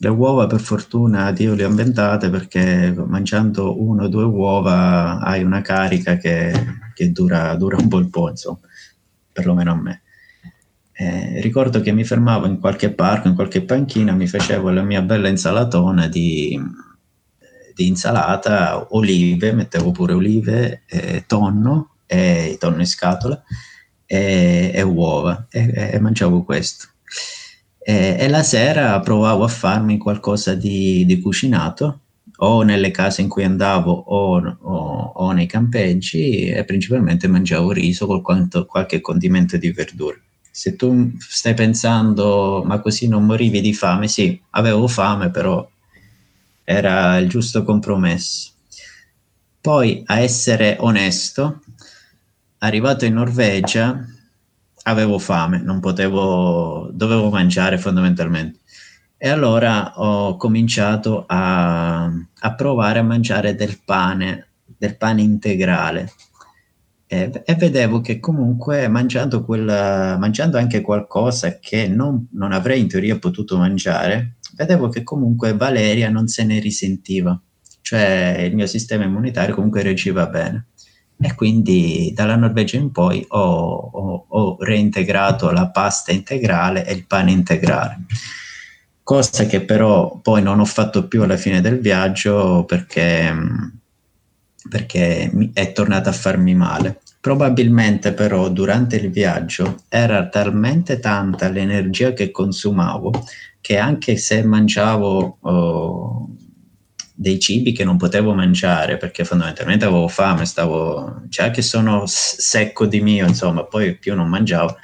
Le uova per fortuna Dio le ha inventate, perché mangiando 1 o 2 uova hai una carica che dura un bel po', insomma, perlomeno a me. Ricordo che mi fermavo in qualche parco, in qualche panchina, mi facevo la mia bella insalatona di insalata, olive, mettevo pure olive, tonno in scatola e uova, e mangiavo questo. E la sera provavo a farmi qualcosa di cucinato, o nelle case in cui andavo o nei campeggi, e principalmente mangiavo riso con qualche condimento di verdura. Se tu stai pensando, ma così non morivi di fame? Sì, avevo fame, però era il giusto compromesso. Poi, a essere onesto, arrivato in Norvegia, avevo fame, dovevo mangiare fondamentalmente. E allora ho cominciato a provare a mangiare del pane integrale. E vedevo che comunque mangiando anche qualcosa che non avrei in teoria potuto mangiare, vedevo che comunque Valeria non se ne risentiva, cioè il mio sistema immunitario comunque reagiva bene. E quindi dalla Norvegia in poi ho reintegrato la pasta integrale e il pane integrale, cosa che però poi non ho fatto più alla fine del viaggio, perché è tornata a farmi male. Probabilmente però durante il viaggio era talmente tanta l'energia che consumavo, che anche se mangiavo dei cibi che non potevo mangiare, perché fondamentalmente avevo fame, già che sono secco di mio, insomma, poi più non mangiavo,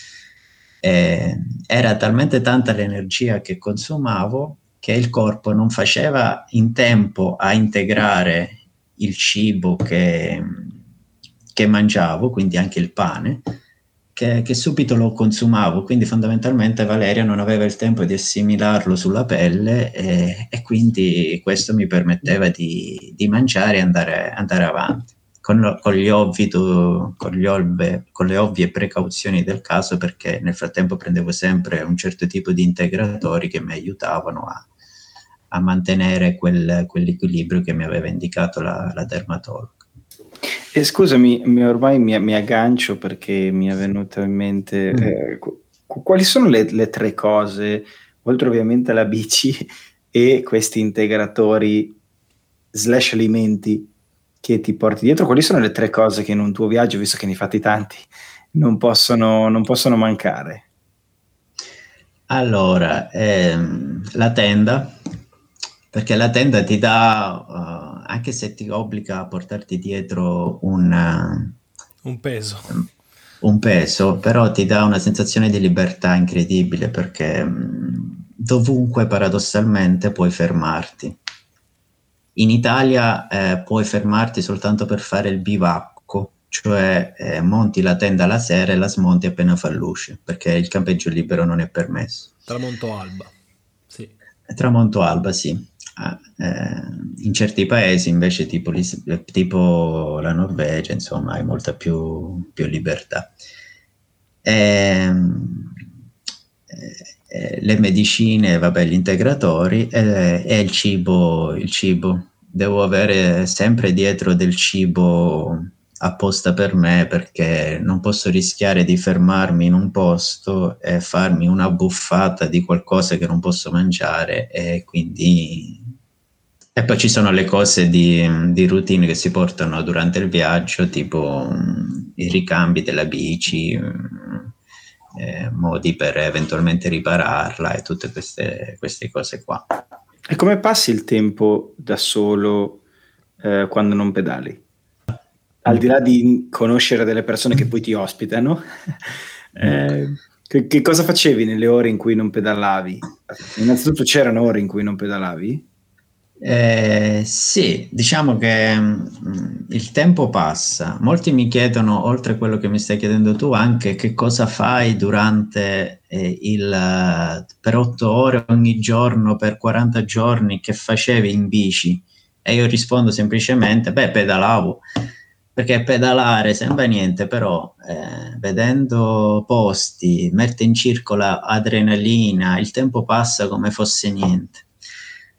era talmente tanta l'energia che consumavo che il corpo non faceva in tempo a integrare il cibo che mangiavo, quindi anche il pane, che subito lo consumavo. Quindi fondamentalmente Valeria non aveva il tempo di assimilarlo sulla pelle, e quindi questo mi permetteva di mangiare e andare avanti, con le ovvie precauzioni del caso, perché nel frattempo prendevo sempre un certo tipo di integratori che mi aiutavano a mantenere quell'equilibrio che mi aveva indicato la dermatologa. E scusami, ormai mi aggancio, perché mi è venuto in mente quali sono le 3 cose, oltre ovviamente alla bici e questi integratori / alimenti che ti porti dietro, quali sono le 3 cose che in un tuo viaggio, visto che ne hai fatti tanti, non possono mancare? Allora, la tenda, perché la tenda ti dà, anche se ti obbliga a portarti dietro un peso, però ti dà una sensazione di libertà incredibile, perché dovunque paradossalmente puoi fermarti. In Italia puoi fermarti soltanto per fare il bivacco, cioè monti la tenda la sera e la smonti appena fa luce, perché il campeggio libero non è permesso. Tramonto alba, sì. Tramonto alba, sì. In certi paesi invece, tipo la Norvegia, insomma, hai molta più libertà. Le medicine, vabbè, gli integratori, e il cibo. Devo avere sempre dietro del cibo apposta per me, perché non posso rischiare di fermarmi in un posto e farmi una buffata di qualcosa che non posso mangiare, e quindi... E poi ci sono le cose di routine che si portano durante il viaggio, tipo i ricambi della bici, modi per eventualmente ripararla, e tutte queste cose qua. E come passi il tempo da solo quando non pedali? Al di là di conoscere delle persone che poi ti ospitano, che cosa facevi nelle ore in cui non pedalavi? Innanzitutto, c'erano ore in cui non pedalavi? Sì, diciamo che il tempo passa. Molti mi chiedono, oltre a quello che mi stai chiedendo tu, anche che cosa fai durante per 8 ore ogni giorno, per 40 giorni, che facevi in bici. E io rispondo semplicemente, pedalavo, perché pedalare sembra niente, però vedendo posti, mette in circolo adrenalina, il tempo passa come fosse niente.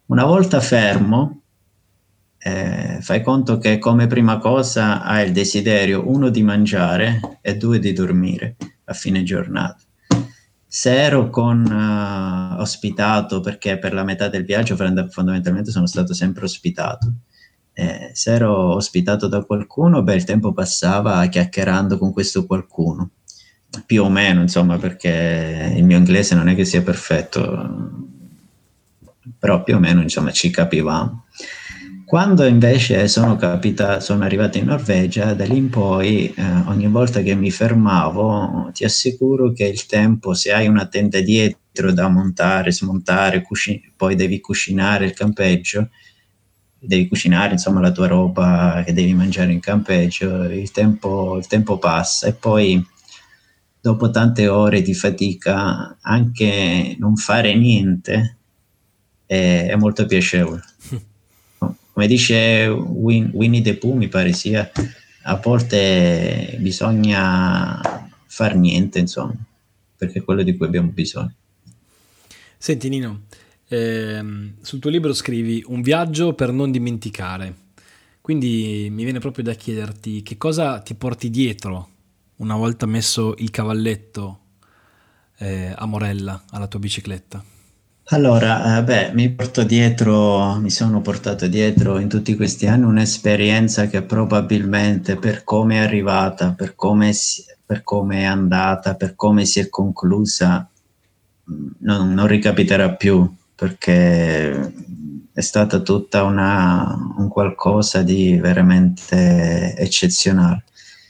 Una volta fermo, fai conto che come prima cosa hai il desiderio, 1, di mangiare e 2, di dormire a fine giornata. Se ero ospitato, perché per la metà del viaggio fondamentalmente sono stato sempre ospitato, se ero ospitato da qualcuno, il tempo passava chiacchierando con questo qualcuno, più o meno, insomma, perché il mio inglese non è che sia perfetto, però più o meno, insomma, ci capivamo. Quando invece sono arrivato in Norvegia, da lì in poi, ogni volta che mi fermavo, ti assicuro che il tempo, se hai una tenda dietro da montare, smontare, poi devi cucinare il campeggio, devi cucinare, insomma, la tua roba che devi mangiare in campeggio, il tempo passa, e poi dopo tante ore di fatica anche non fare niente è molto piacevole. Come dice Winnie the Pooh, mi pare sia, a volte bisogna far niente, insomma, perché è quello di cui abbiamo bisogno. Senti Nino, sul tuo libro scrivi un viaggio per non dimenticare, quindi mi viene proprio da chiederti che cosa ti porti dietro una volta messo il cavalletto a Morella, alla tua bicicletta. Allora, mi sono portato dietro in tutti questi anni un'esperienza che probabilmente, per come è arrivata, per come è andata, per come si è conclusa, non ricapiterà più, perché è stata tutta un qualcosa di veramente eccezionale.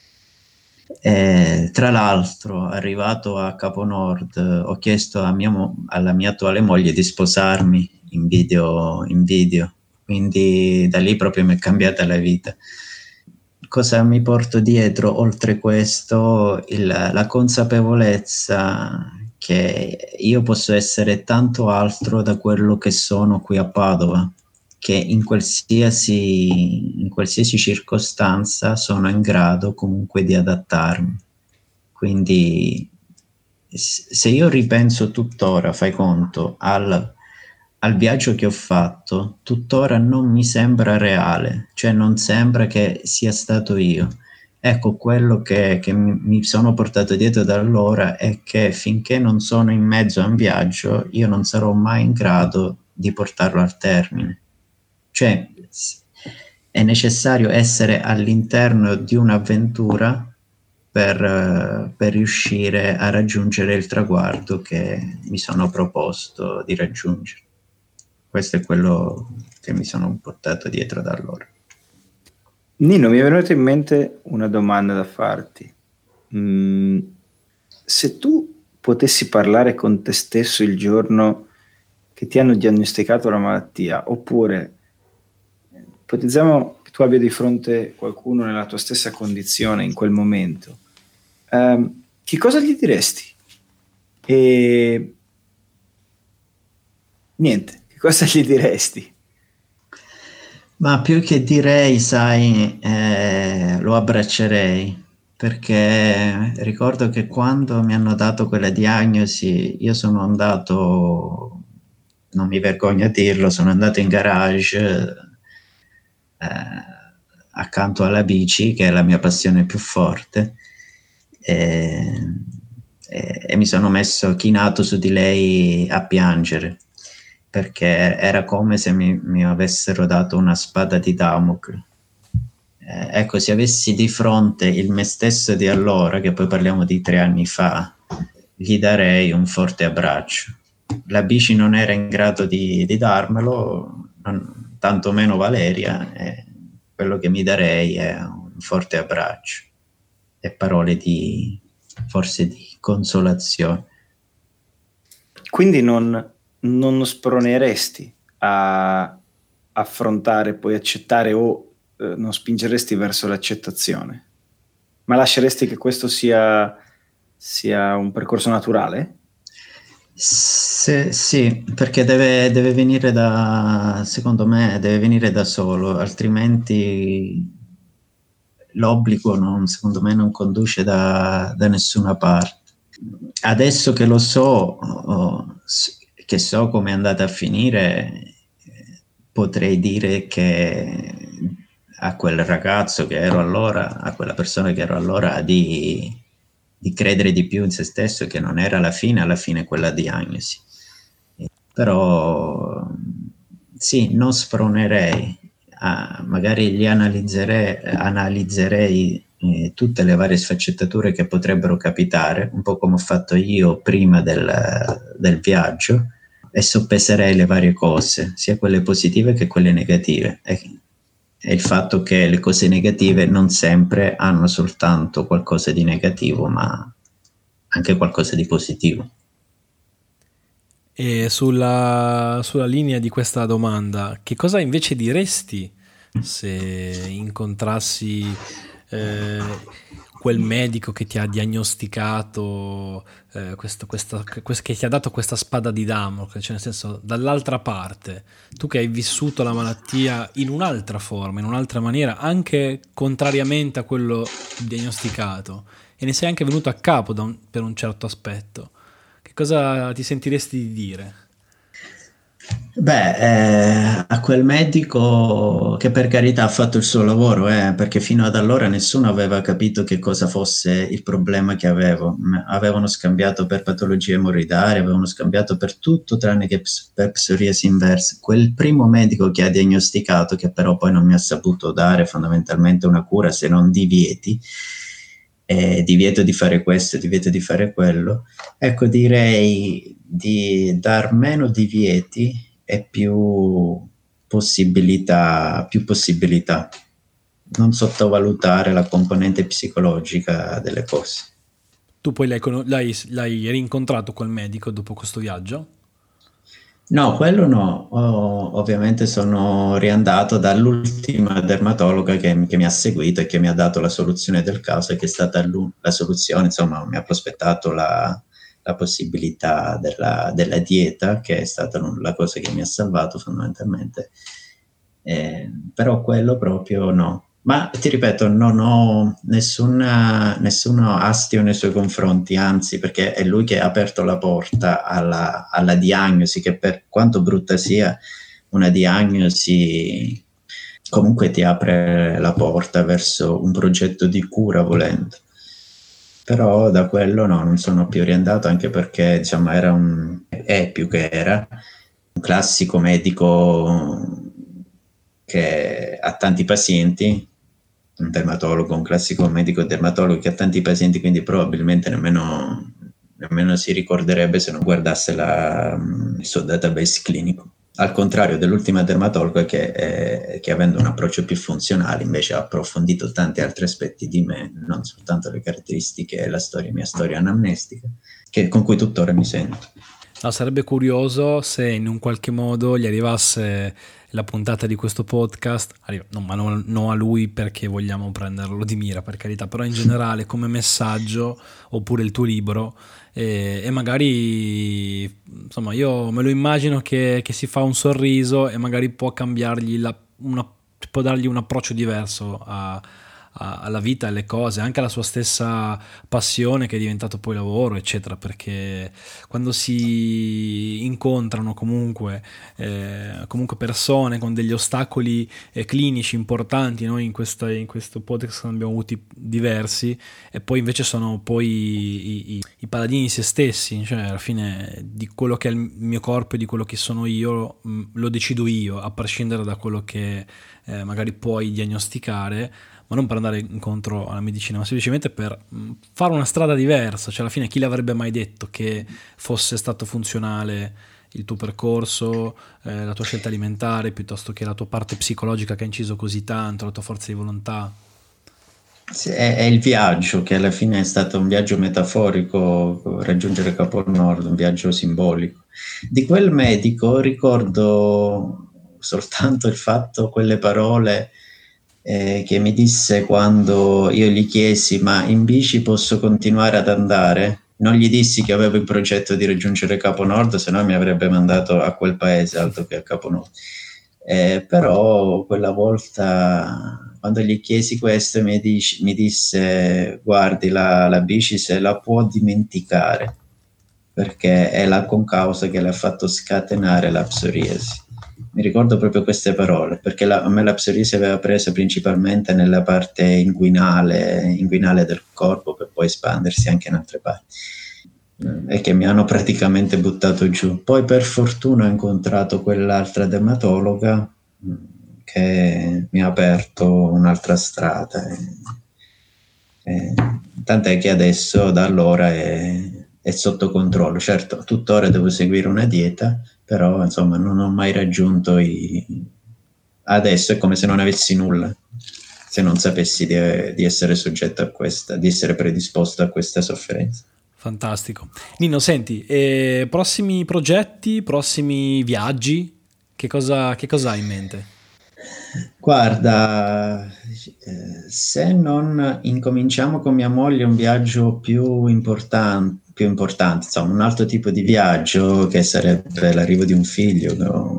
Tra l'altro, arrivato a Capo Nord, ho chiesto alla mia attuale moglie di sposarmi in video, quindi da lì proprio mi è cambiata la vita. Cosa mi porto dietro oltre questo? La consapevolezza che io posso essere tanto altro da quello che sono qui a Padova, che in qualsiasi circostanza sono in grado comunque di adattarmi. Quindi se io ripenso tuttora, fai conto, al viaggio che ho fatto, tuttora non mi sembra reale, cioè non sembra che sia stato io. Ecco, quello che mi sono portato dietro da allora è che finché non sono in mezzo a un viaggio, io non sarò mai in grado di portarlo al termine. Cioè, è necessario essere all'interno di un'avventura per riuscire a raggiungere il traguardo che mi sono proposto di raggiungere. Questo è quello che mi sono portato dietro da allora. Nino, mi è venuta in mente una domanda da farti. Se tu potessi parlare con te stesso il giorno che ti hanno diagnosticato la malattia, oppure ipotizziamo che tu abbia di fronte qualcuno nella tua stessa condizione in quel momento, che cosa gli diresti? E niente, che cosa gli diresti? Ma più che direi, sai, lo abbraccerei, perché ricordo che quando mi hanno dato quella diagnosi io sono andato, non mi vergogno a dirlo, sono andato in garage accanto alla bici, che è la mia passione più forte, e mi sono messo chinato su di lei a piangere, perché era come se mi avessero dato una spada di Damocle. Ecco, se avessi di fronte il me stesso di allora, che poi parliamo di 3 anni fa, gli darei un forte abbraccio. La bici non era in grado di darmelo, tanto meno Valeria, quello che mi darei è un forte abbraccio e parole forse di consolazione. Quindi non sproneresti a affrontare, poi accettare, o non spingeresti verso l'accettazione, ma lasceresti che questo sia un percorso naturale? Sì, perché deve venire secondo me deve venire da solo, altrimenti l'obbligo secondo me non conduce da nessuna parte. Adesso che lo so, che so come è andata a finire, potrei dire che a quel ragazzo che ero allora, a quella persona che ero allora, di credere di più in se stesso, che non era alla fine quella diagnosi. Però sì, non spronerei, magari li analizzerei tutte le varie sfaccettature che potrebbero capitare, un po' come ho fatto io prima del viaggio, e soppeserei le varie cose, sia quelle positive che quelle negative. E il fatto che le cose negative non sempre hanno soltanto qualcosa di negativo, ma anche qualcosa di positivo. E sulla linea di questa domanda, che cosa invece diresti se incontrassi quel medico che ti ha diagnosticato, che ti ha dato questa spada di Damocle, cioè nel senso, dall'altra parte, tu che hai vissuto la malattia in un'altra forma, in un'altra maniera, anche contrariamente a quello diagnosticato, e ne sei anche venuto a capo per un certo aspetto. Che cosa ti sentiresti di dire? Beh, a quel medico che per carità ha fatto il suo lavoro, perché fino ad allora nessuno aveva capito che cosa fosse il problema che avevo. Avevano scambiato per patologie emorroidari, avevano scambiato per tutto tranne che per psoriasi inversa. Quel primo medico che ha diagnosticato, che però poi non mi ha saputo dare fondamentalmente una cura se non divieti, divieto di fare questo, divieto di fare quello, ecco, direi di dar meno divieti e più possibilità. Non sottovalutare la componente psicologica delle cose. Tu poi l'hai rincontrato quel medico dopo questo viaggio? No, quello no. Ovviamente sono riandato dall'ultima dermatologa che mi ha seguito e che mi ha dato la soluzione del caso, e che è stata la soluzione, insomma, mi ha prospettato la possibilità della dieta, che è stata la cosa che mi ha salvato fondamentalmente. Però quello proprio no. Ma ti ripeto, non ho nessuno astio nei suoi confronti, anzi, perché è lui che ha aperto la porta alla diagnosi, che per quanto brutta sia, una diagnosi comunque ti apre la porta verso un progetto di cura, volendo. Però da quello no, non sono più riandato, anche perché diciamo è più che era un classico medico che ha tanti pazienti, un dermatologo, un classico medico dermatologo che ha tanti pazienti, quindi probabilmente nemmeno si ricorderebbe se non guardasse il suo database clinico. Al contrario dell'ultima dermatologa che avendo un approccio più funzionale invece ha approfondito tanti altri aspetti di me, non soltanto le caratteristiche e la mia storia anamnestica, con cui tuttora mi sento. No, sarebbe curioso se in un qualche modo gli arrivasse la puntata di questo podcast, non a lui perché vogliamo prenderlo di mira, per carità, però in generale come messaggio, oppure il tuo libro, e magari insomma io me lo immagino che si fa un sorriso e magari può cambiargli può dargli un approccio diverso alla vita, alle cose, anche alla sua stessa passione che è diventato poi lavoro, eccetera, perché quando si incontrano comunque persone con degli ostacoli clinici importanti, noi in questo podcast ne abbiamo avuti diversi, e poi invece sono poi i paladini di se stessi, cioè alla fine di quello che è il mio corpo e di quello che sono io lo decido io, a prescindere da quello che magari puoi diagnosticare, ma non per andare incontro alla medicina, ma semplicemente per fare una strada diversa. Cioè alla fine chi l'avrebbe mai detto che fosse stato funzionale il tuo percorso, la tua scelta alimentare, piuttosto che la tua parte psicologica che ha inciso così tanto, la tua forza di volontà? Sì, è il viaggio, che alla fine è stato un viaggio metaforico, raggiungere Capo Nord, un viaggio simbolico. Di quel medico ricordo soltanto il fatto, quelle parole che mi disse quando io gli chiesi: ma in bici posso continuare ad andare? Non gli dissi che avevo il progetto di raggiungere Capo Nord, se no mi avrebbe mandato a quel paese altro che a Capo Nord. Però quella volta, quando gli chiesi questo, mi disse: guardi, la bici se la può dimenticare, perché è la concausa che le ha fatto scatenare la psoriasi. Mi ricordo proprio queste parole, perché a me la psoriasi aveva preso principalmente nella parte inguinale del corpo, per poi espandersi anche in altre parti, e che mi hanno praticamente buttato giù. Poi per fortuna ho incontrato quell'altra dermatologa che mi ha aperto un'altra strada. Tant'è che adesso, da allora, è sotto controllo. Certo, tuttora devo seguire una dieta, però insomma non ho mai raggiunto adesso è come se non avessi nulla, se non sapessi di essere soggetto a questa, di essere predisposto a questa sofferenza. Fantastico. Nino, senti, prossimi progetti, prossimi viaggi, che cosa hai in mente? Guarda, se non incominciamo con mia moglie un viaggio più importante, insomma, un altro tipo di viaggio che sarebbe l'arrivo di un figlio,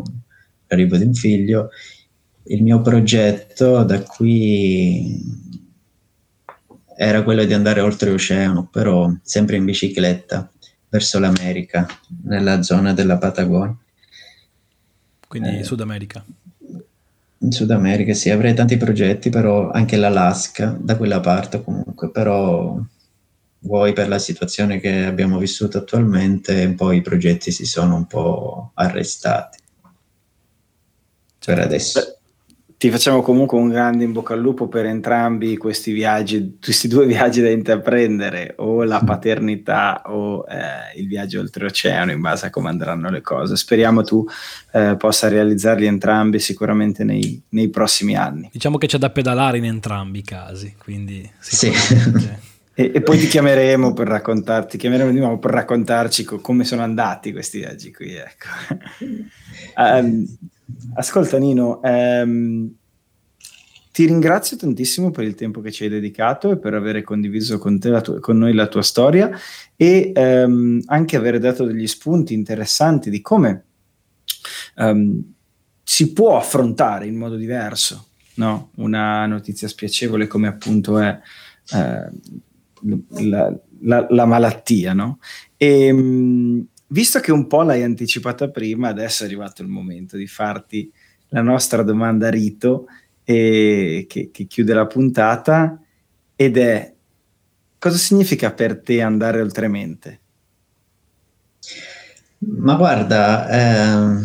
il mio progetto da qui era quello di andare oltreoceano, però sempre in bicicletta verso l'America, nella zona della Patagonia. Quindi Sud America. In Sud America sì, avrei tanti progetti, però anche l'Alaska, da quella parte comunque, però vuoi per la situazione che abbiamo vissuto attualmente, poi i progetti si sono un po' arrestati. Per adesso. Ti facciamo comunque un grande in bocca al lupo per entrambi questi viaggi, questi due viaggi da intraprendere, o la paternità o il viaggio oltreoceano, in base a come andranno le cose. Speriamo tu possa realizzarli entrambi sicuramente nei prossimi anni. Diciamo che c'è da pedalare in entrambi i casi, quindi sicuramente. Sì. E poi ti chiameremo di nuovo per raccontarci come sono andati questi viaggi qui, ecco. Ascolta Nino, ti ringrazio tantissimo per il tempo che ci hai dedicato e per aver condiviso con noi la tua storia e anche aver dato degli spunti interessanti di come si può affrontare in modo diverso, no? Una notizia spiacevole come appunto è la malattia, no? E visto che un po' l'hai anticipata prima, adesso è arrivato il momento di farti la nostra domanda rito che chiude la puntata, ed è: cosa significa per te andare oltremente? Ma guarda,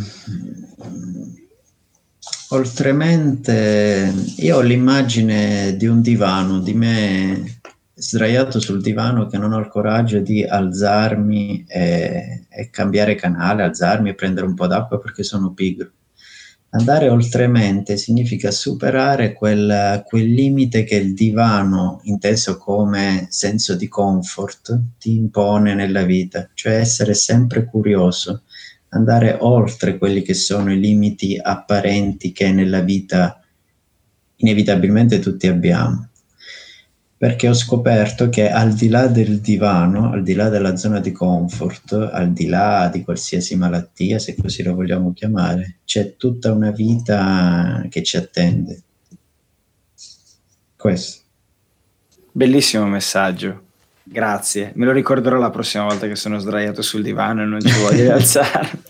oltremente io ho l'immagine di un divano, di me sdraiato sul divano che non ho il coraggio di alzarmi e cambiare canale, alzarmi e prendere un po' d'acqua perché sono pigro. Andare oltremente significa superare quel limite che il divano, inteso come senso di comfort, ti impone nella vita, cioè essere sempre curioso, andare oltre quelli che sono i limiti apparenti che nella vita inevitabilmente tutti abbiamo. Perché ho scoperto che al di là del divano, al di là della zona di comfort, al di là di qualsiasi malattia, se così lo vogliamo chiamare, c'è tutta una vita che ci attende. Questo. Bellissimo messaggio, grazie. Me lo ricorderò la prossima volta che sono sdraiato sul divano e non ci voglio rialzarmi.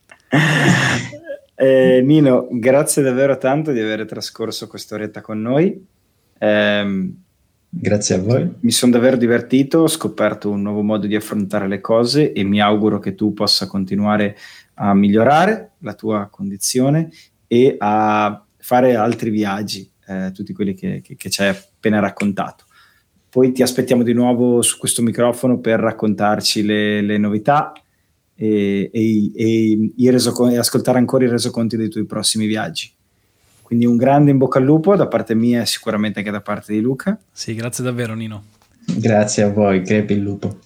Nino, grazie davvero tanto di aver trascorso quest'oretta con noi. Grazie a voi. Mi sono davvero divertito, ho scoperto un nuovo modo di affrontare le cose e mi auguro che tu possa continuare a migliorare la tua condizione e a fare altri viaggi, tutti quelli che ci hai appena raccontato. Poi ti aspettiamo di nuovo su questo microfono per raccontarci le novità e ascoltare ancora i resoconti dei tuoi prossimi viaggi. Quindi un grande in bocca al lupo da parte mia e sicuramente anche da parte di Luca. Sì, grazie davvero Nino. Grazie a voi, crepi il lupo.